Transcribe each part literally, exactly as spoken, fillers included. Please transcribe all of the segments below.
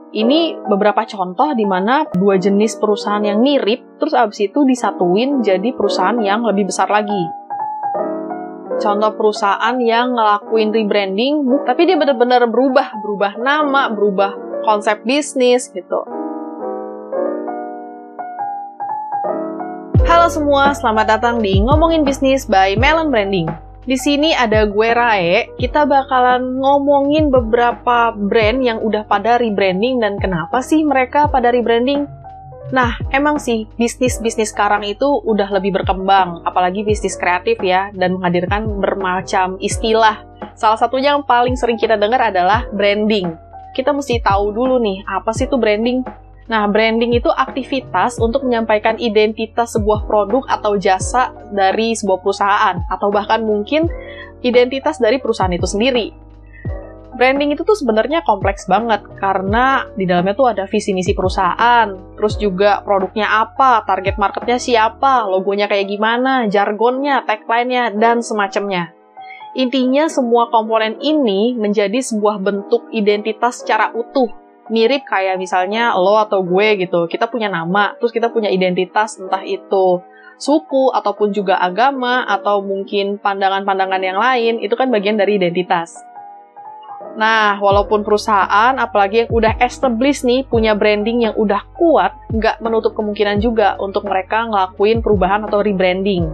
Ini beberapa contoh di mana dua jenis perusahaan yang mirip, terus abis itu disatuin jadi perusahaan yang lebih besar lagi. Contoh perusahaan yang ngelakuin rebranding, tapi dia benar-benar berubah, berubah nama, berubah konsep bisnis gitu. Halo semua, selamat datang di Ngomongin Bisnis by Melon Branding. Di sini ada gue Rae, kita bakalan ngomongin beberapa brand yang udah pada rebranding dan kenapa sih mereka pada rebranding. Nah, emang sih bisnis-bisnis sekarang itu udah lebih berkembang, apalagi bisnis kreatif ya, dan menghadirkan bermacam istilah. Salah satunya yang paling sering kita dengar adalah branding. Kita mesti tahu dulu nih, apa sih itu branding? Nah, branding itu aktivitas untuk menyampaikan identitas sebuah produk atau jasa dari sebuah perusahaan, atau bahkan mungkin identitas dari perusahaan itu sendiri. Branding itu tuh sebenarnya kompleks banget, karena di dalamnya tuh ada visi misi perusahaan, terus juga produknya apa, target marketnya siapa, logonya kayak gimana, jargonnya, tagline-nya, dan semacamnya. Intinya semua komponen ini menjadi sebuah bentuk identitas secara utuh. Mirip kayak misalnya lo atau gue gitu, kita punya nama, terus kita punya identitas, entah itu suku, ataupun juga agama, atau mungkin pandangan-pandangan yang lain, itu kan bagian dari identitas. Nah, walaupun perusahaan, apalagi yang udah established nih, punya branding yang udah kuat, nggak menutup kemungkinan juga untuk mereka ngelakuin perubahan atau rebranding.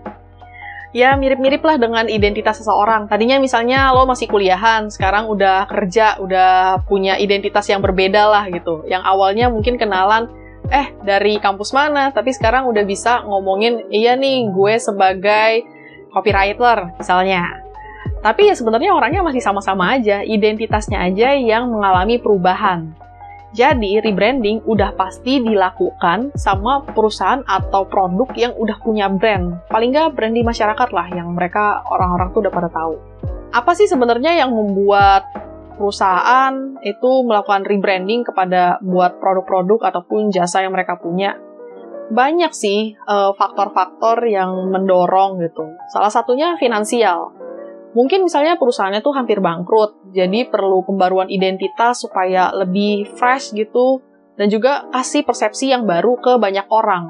Ya, mirip-mirip lah dengan identitas seseorang. Tadinya misalnya lo masih kuliahan, sekarang udah kerja, udah punya identitas yang berbeda lah gitu. Yang awalnya mungkin kenalan, eh dari kampus mana, tapi sekarang udah bisa ngomongin, iya nih gue sebagai copywriter misalnya. Tapi ya sebenarnya orangnya masih sama-sama aja, identitasnya aja yang mengalami perubahan. Jadi, rebranding udah pasti dilakukan sama perusahaan atau produk yang udah punya brand. Paling nggak brand di masyarakat lah, yang mereka orang-orang tuh udah pada tahu. Apa sih sebenarnya yang membuat perusahaan itu melakukan rebranding kepada buat produk-produk ataupun jasa yang mereka punya? Banyak sih uh, faktor-faktor yang mendorong gitu. Salah satunya finansial. Mungkin misalnya perusahaannya tuh hampir bangkrut, jadi perlu pembaruan identitas supaya lebih fresh gitu, dan juga kasih persepsi yang baru ke banyak orang.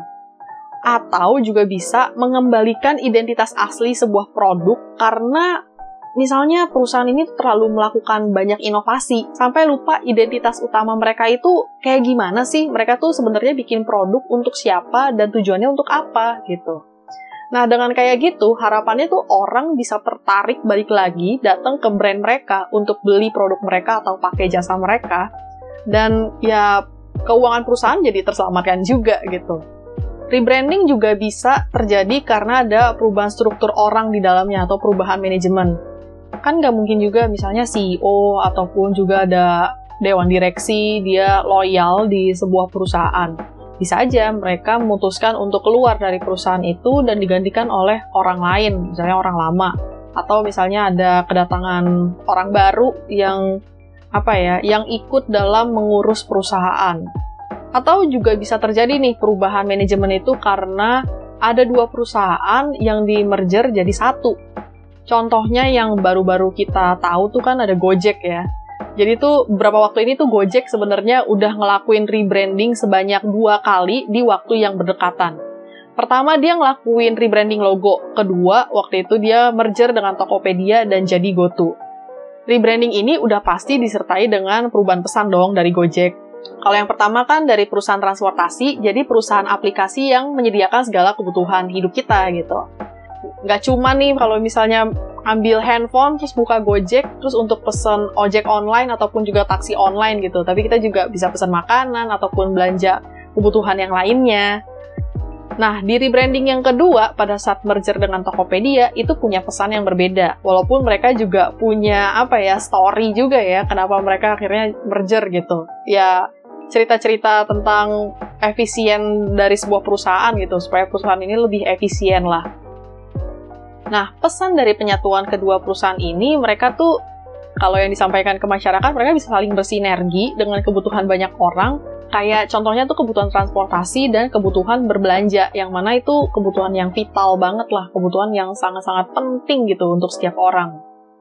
Atau juga bisa mengembalikan identitas asli sebuah produk karena misalnya perusahaan ini terlalu melakukan banyak inovasi, sampai lupa identitas utama mereka itu kayak gimana sih, mereka tuh sebenarnya bikin produk untuk siapa dan tujuannya untuk apa gitu. Nah, dengan kayak gitu, harapannya tuh orang bisa tertarik balik lagi, datang ke brand mereka untuk beli produk mereka atau pakai jasa mereka. Dan ya, keuangan perusahaan jadi terselamatkan juga gitu. Rebranding juga bisa terjadi karena ada perubahan struktur orang di dalamnya atau perubahan manajemen. Kan nggak mungkin juga misalnya C E O ataupun juga ada dewan direksi, dia loyal di sebuah perusahaan. Bisa aja mereka memutuskan untuk keluar dari perusahaan itu dan digantikan oleh orang lain, misalnya orang lama. Atau misalnya ada kedatangan orang baru yang apa ya, yang ikut dalam mengurus perusahaan. Atau juga bisa terjadi nih perubahan manajemen itu karena ada dua perusahaan yang di-merger jadi satu. Contohnya yang baru-baru kita tahu tuh kan ada Gojek ya. Jadi tuh beberapa waktu ini tuh Gojek sebenarnya udah ngelakuin rebranding sebanyak dua kali di waktu yang berdekatan. Pertama dia ngelakuin rebranding logo, kedua waktu itu dia merger dengan Tokopedia dan jadi GoTo. Rebranding ini udah pasti disertai dengan perubahan pesan dong dari Gojek. Kalau yang pertama kan dari perusahaan transportasi, jadi perusahaan aplikasi yang menyediakan segala kebutuhan hidup kita gitu. Nggak cuma nih kalau misalnya ambil handphone, terus buka Gojek, terus untuk pesen ojek online ataupun juga taksi online gitu. Tapi kita juga bisa pesan makanan ataupun belanja kebutuhan yang lainnya. Nah, di rebranding yang kedua, pada saat merger dengan Tokopedia, itu punya pesan yang berbeda. Walaupun mereka juga punya, apa ya, story juga ya, kenapa mereka akhirnya merger gitu. Ya, cerita-cerita tentang efisien dari sebuah perusahaan gitu, supaya perusahaan ini lebih efisien lah. Nah, pesan dari penyatuan kedua perusahaan ini, mereka tuh, kalau yang disampaikan ke masyarakat, mereka bisa saling bersinergi dengan kebutuhan banyak orang, kayak contohnya tuh kebutuhan transportasi dan kebutuhan berbelanja, yang mana itu kebutuhan yang vital banget lah, kebutuhan yang sangat-sangat penting gitu untuk setiap orang.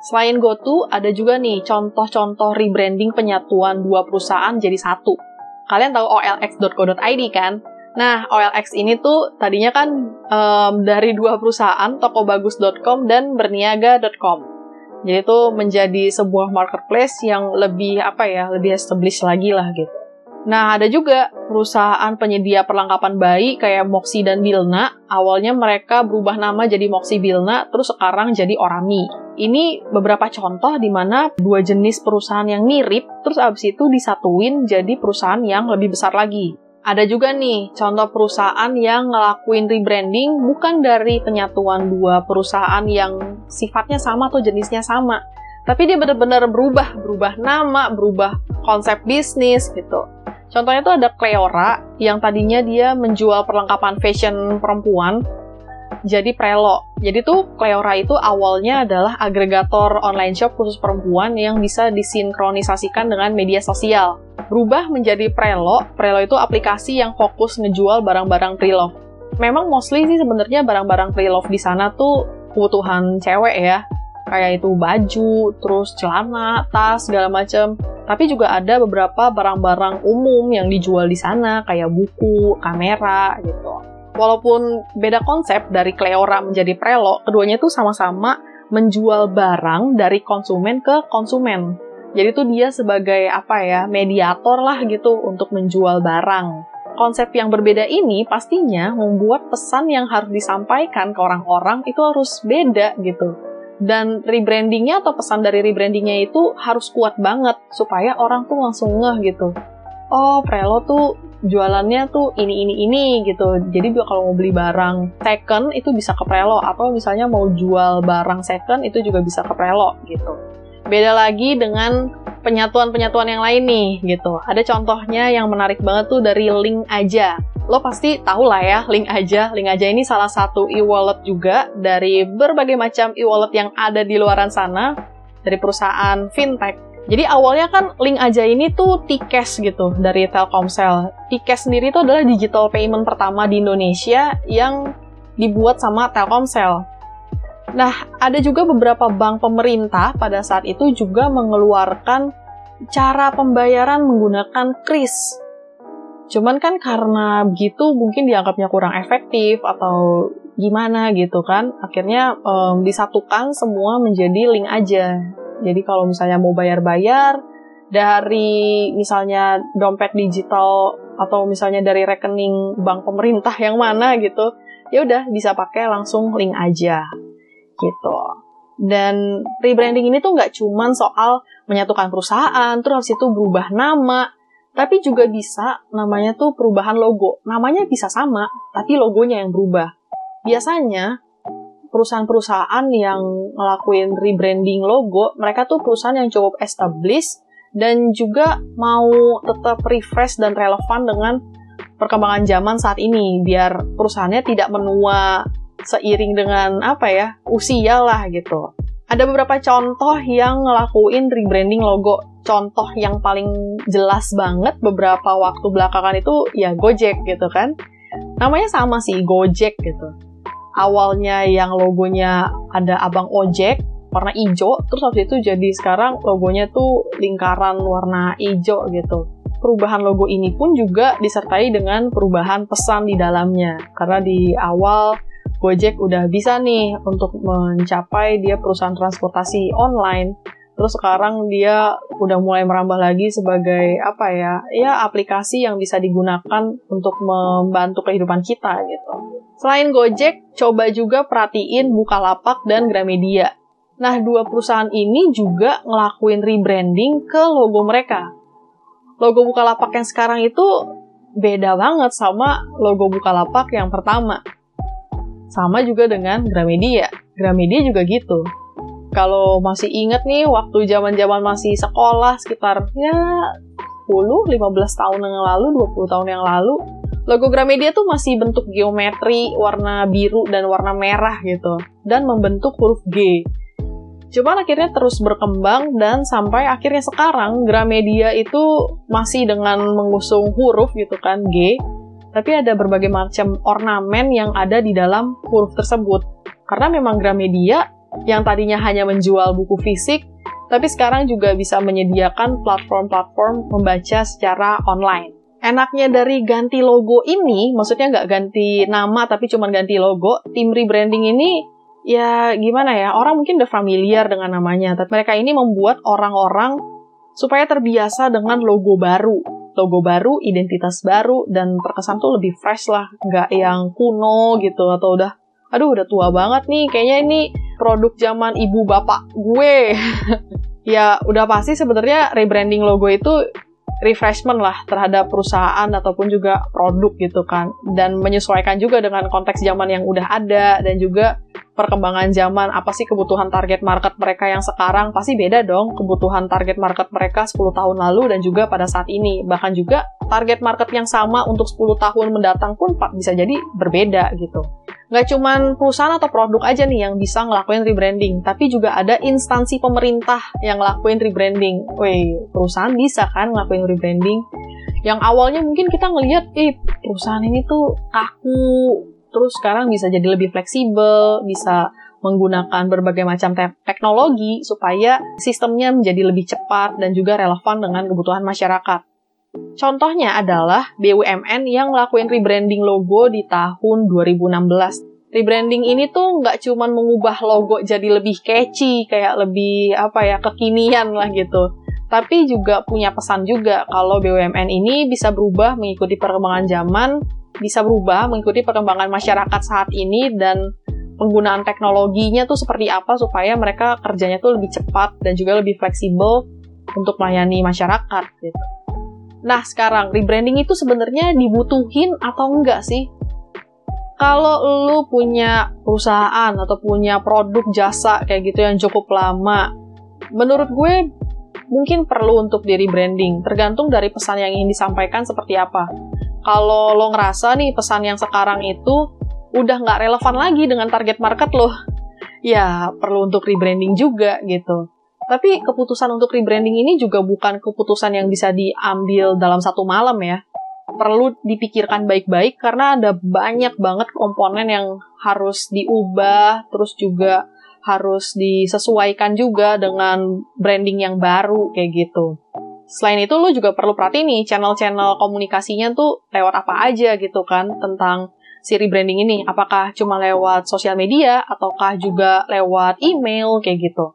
Selain GoTo, ada juga nih contoh-contoh rebranding penyatuan dua perusahaan jadi satu. Kalian tahu O L X dot co dot I D kan? Nah, O L X ini tuh tadinya kan um, dari dua perusahaan, tokobagus dot com dan berniaga dot com. Jadi itu menjadi sebuah marketplace yang lebih, apa ya, lebih established lagi lah gitu. Nah, ada juga perusahaan penyedia perlengkapan bayi kayak Moxie dan Bilna. Awalnya mereka berubah nama jadi Moxie Bilna, terus sekarang jadi Orami. Ini beberapa contoh di mana dua jenis perusahaan yang mirip, terus abis itu disatuin jadi perusahaan yang lebih besar lagi. Ada juga nih contoh perusahaan yang ngelakuin rebranding bukan dari penyatuan dua perusahaan yang sifatnya sama atau jenisnya sama, tapi dia benar-benar berubah, berubah nama, berubah konsep bisnis gitu. Contohnya tuh ada Cleora yang tadinya dia menjual perlengkapan fashion perempuan jadi Prelo. Jadi tuh Cleora itu awalnya adalah agregator online shop khusus perempuan yang bisa disinkronisasikan dengan media sosial. Berubah menjadi Prelo. Prelo itu aplikasi yang fokus ngejual barang-barang pre-love. Memang mostly sih sebenarnya barang-barang pre-love di sana tuh kebutuhan cewek ya. Kayak itu baju, terus celana, tas, segala macam. Tapi juga ada beberapa barang-barang umum yang dijual di sana, kayak buku, kamera, gitu. Walaupun beda konsep dari Cleora menjadi Prelo, keduanya tuh sama-sama menjual barang dari konsumen ke konsumen. Jadi tuh dia sebagai apa ya, mediator lah gitu untuk menjual barang. Konsep yang berbeda ini pastinya membuat pesan yang harus disampaikan ke orang-orang itu harus beda gitu. Dan rebrandingnya atau pesan dari rebrandingnya itu harus kuat banget supaya orang tuh langsung ngeh gitu. Oh, Prelo tuh jualannya tuh ini, ini, ini gitu. Jadi kalau mau beli barang second itu bisa ke Prelo. Atau misalnya mau jual barang second itu juga bisa ke Prelo gitu. Beda lagi dengan penyatuan-penyatuan yang lain nih gitu. Ada contohnya yang menarik banget tuh dari Link Aja. Lo pasti tahu lah ya Link Aja. Link Aja ini salah satu e-wallet juga dari berbagai macam e-wallet yang ada di luaran sana. Dari perusahaan fintech. Jadi awalnya kan Link Aja ini tuh T-Cash gitu dari Telkomsel. T-Cash sendiri itu adalah digital payment pertama di Indonesia yang dibuat sama Telkomsel. Nah, ada juga beberapa bank pemerintah pada saat itu juga mengeluarkan cara pembayaran menggunakan kris. Cuman kan karena begitu mungkin dianggapnya kurang efektif atau gimana gitu kan. Akhirnya um, disatukan semua menjadi Link Aja. Jadi kalau misalnya mau bayar-bayar dari misalnya dompet digital atau misalnya dari rekening bank pemerintah yang mana gitu, ya udah bisa pakai langsung Link Aja. Gitu. Dan rebranding ini tuh nggak cuman soal menyatukan perusahaan, terus habis itu berubah nama, tapi juga bisa namanya tuh perubahan logo. Namanya bisa sama, tapi logonya yang berubah. Biasanya, perusahaan-perusahaan yang ngelakuin rebranding logo, mereka tuh perusahaan yang cukup established dan juga mau tetap refresh dan relevan dengan perkembangan zaman saat ini, biar perusahaannya tidak menua seiring dengan apa ya, usia lah gitu. Ada beberapa contoh yang ngelakuin rebranding logo. Contoh yang paling jelas banget beberapa waktu belakangan itu ya Gojek gitu kan. Namanya sama sih, Gojek gitu. Awalnya yang logonya ada abang ojek, warna hijau, terus habis itu jadi sekarang logonya tuh lingkaran warna hijau gitu. Perubahan logo ini pun juga disertai dengan perubahan pesan di dalamnya. Karena di awal Gojek udah bisa nih untuk mencapai dia perusahaan transportasi online. Terus sekarang dia udah mulai merambah lagi sebagai apa ya? Ya aplikasi yang bisa digunakan untuk membantu kehidupan kita gitu. Selain Gojek, coba juga perhatiin Bukalapak dan Gramedia. Nah, dua perusahaan ini juga ngelakuin rebranding ke logo mereka. Logo Bukalapak yang sekarang itu beda banget sama logo Bukalapak yang pertama. Sama juga dengan Gramedia. Gramedia juga gitu. Kalau masih inget nih, waktu zaman-zaman masih sekolah, sekitar ya sepuluh lima belas tahun yang lalu, dua puluh tahun yang lalu, logo Gramedia tuh masih bentuk geometri, warna biru dan warna merah gitu. Dan membentuk huruf G. Cuman akhirnya terus berkembang dan sampai akhirnya sekarang Gramedia itu masih dengan mengusung huruf gitu kan, G. Tapi ada berbagai macam ornamen yang ada di dalam huruf tersebut. Karena memang Gramedia yang tadinya hanya menjual buku fisik, tapi sekarang juga bisa menyediakan platform-platform membaca secara online. Enaknya dari ganti logo ini, maksudnya nggak ganti nama tapi cuma ganti logo, tim rebranding ini ya gimana ya, orang mungkin udah familiar dengan namanya, tapi mereka ini membuat orang-orang supaya terbiasa dengan logo baru. Logo baru, identitas baru, dan terkesan tuh lebih fresh lah. Nggak yang kuno gitu, atau udah, aduh udah tua banget nih, kayaknya ini produk zaman ibu bapak gue. Ya udah pasti sebenarnya rebranding logo itu refreshment lah terhadap perusahaan ataupun juga produk gitu kan. Dan menyesuaikan juga dengan konteks zaman yang udah ada, dan juga perkembangan zaman, apa sih kebutuhan target market mereka yang sekarang, pasti beda dong kebutuhan target market mereka sepuluh tahun lalu dan juga pada saat ini. Bahkan juga target market yang sama untuk sepuluh tahun mendatang pun bisa jadi berbeda gitu. Nggak cuman perusahaan atau produk aja nih yang bisa ngelakuin rebranding, tapi juga ada instansi pemerintah yang ngelakuin rebranding. Weh, perusahaan bisa kan ngelakuin rebranding? Yang awalnya mungkin kita ngelihat, eh perusahaan ini tuh kaku, terus sekarang bisa jadi lebih fleksibel, bisa menggunakan berbagai macam te- teknologi supaya sistemnya menjadi lebih cepat dan juga relevan dengan kebutuhan masyarakat. Contohnya adalah B U M N yang ngelakuin rebranding logo di tahun dua ribu enam belas. Rebranding ini tuh nggak cuma mengubah logo jadi lebih catchy, kayak lebih apa ya, kekinian lah gitu. Tapi juga punya pesan juga kalau B U M N ini bisa berubah mengikuti perkembangan zaman, bisa berubah mengikuti perkembangan masyarakat saat ini, dan penggunaan teknologinya tuh seperti apa supaya mereka kerjanya tuh lebih cepat dan juga lebih fleksibel untuk melayani masyarakat gitu. Nah sekarang, rebranding itu sebenarnya dibutuhin atau enggak sih? Kalau lu punya perusahaan atau punya produk jasa kayak gitu yang cukup lama, menurut gue mungkin perlu untuk di rebranding, tergantung dari pesan yang ingin disampaikan seperti apa. Kalau lo ngerasa nih pesan yang sekarang itu udah nggak relevan lagi dengan target market lo, ya perlu untuk rebranding juga gitu. Tapi keputusan untuk rebranding ini juga bukan keputusan yang bisa diambil dalam satu malam ya. Perlu dipikirkan baik-baik karena ada banyak banget komponen yang harus diubah, terus juga harus disesuaikan juga dengan branding yang baru kayak gitu. Selain itu, lo juga perlu perhatiin nih channel-channel komunikasinya tuh lewat apa aja gitu kan tentang si rebranding ini. Apakah cuma lewat sosial media ataukah juga lewat email kayak gitu.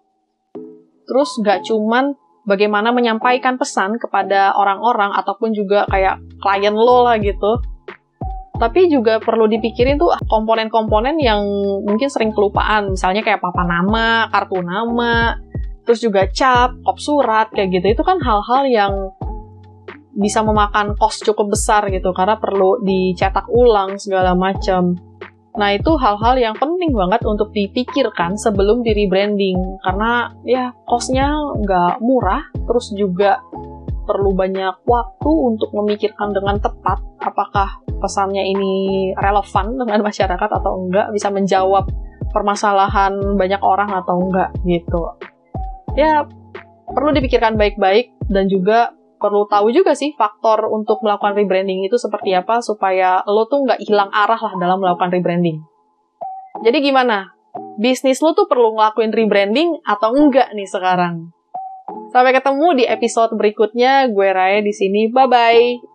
Terus nggak cuman bagaimana menyampaikan pesan kepada orang-orang ataupun juga kayak klien lo lah gitu. Tapi juga perlu dipikirin tuh komponen-komponen yang mungkin sering kelupaan. Misalnya kayak papan nama, kartu nama, terus juga cap, kop surat, kayak gitu. Itu kan hal-hal yang bisa memakan cost cukup besar gitu, karena perlu dicetak ulang segala macam. Nah, itu hal-hal yang penting banget untuk dipikirkan sebelum di rebranding. Karena ya cost-nya nggak murah, terus juga perlu banyak waktu untuk memikirkan dengan tepat apakah pesannya ini relevan dengan masyarakat atau enggak, bisa menjawab permasalahan banyak orang atau enggak gitu. Ya, perlu dipikirkan baik-baik dan juga perlu tahu juga sih faktor untuk melakukan rebranding itu seperti apa supaya lo tuh nggak hilang arah lah dalam melakukan rebranding. Jadi gimana? Bisnis lo tuh perlu ngelakuin rebranding atau enggak nih sekarang? Sampai ketemu di episode berikutnya. Gue Raya di sini. Bye-bye!